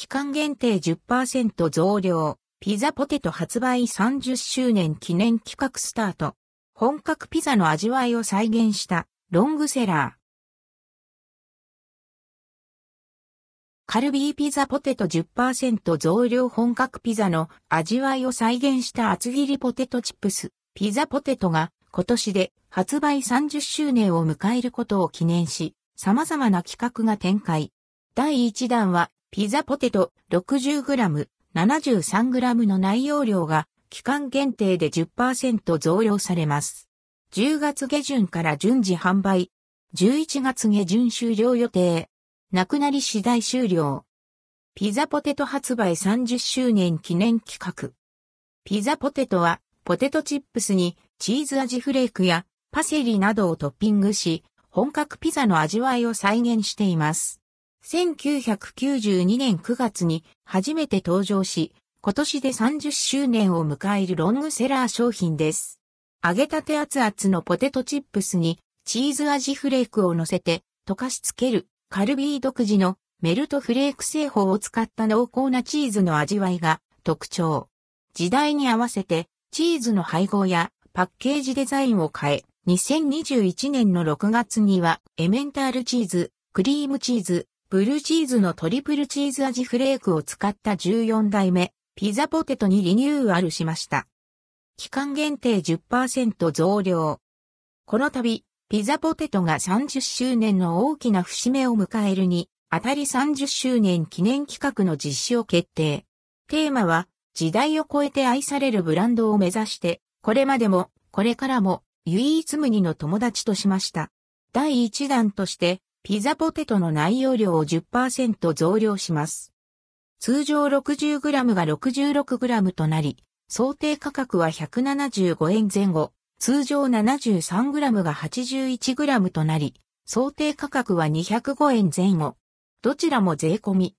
期間限定 10% 増量、ピザポテト発売30周年記念企画スタート。本格ピザの味わいを再現したロングセラー。カルビーピザポテト 10% 増量本格ピザの味わいを再現した厚切りポテトチップス、ピザポテトが今年で発売30周年を迎えることを記念し、様々な企画が展開。第1弾はピザポテト 60g、73g の内容量が期間限定で 10% 増量されます。10月下旬から順次販売。11月下旬終了予定。なくなり次第終了。ピザポテト発売30周年記念企画。ピザポテトはポテトチップスにチーズ味フレークやパセリなどをトッピングし、本格ピザの味わいを再現しています。1992年9月に初めて登場し、今年で30周年を迎えるロングセラー商品です。揚げたて熱々のポテトチップスにチーズ味フレークを乗せて溶かしつけるカルビー独自のメルトフレーク製法を使った濃厚なチーズの味わいが特徴。時代に合わせてチーズの配合やパッケージデザインを変え、2021年の6月にはエメンタールチーズ、クリームチーズ、ブルーチーズのトリプルチーズ味フレークを使った14代目ピザポテトにリニューアルしました。期間限定 10% 増量。この度、ピザポテトが30周年の大きな節目を迎えるに、あたり30周年記念企画の実施を決定。テーマは、時代を超えて愛されるブランドを目指して、これまでも、これからも、唯一無二の友達としました。第1弾として、ピザポテトの内容量を 10% 増量します。通常 60g が 66g となり、想定価格は175円前後。通常 73g が 81g となり、想定価格は205円前後。どちらも税込み。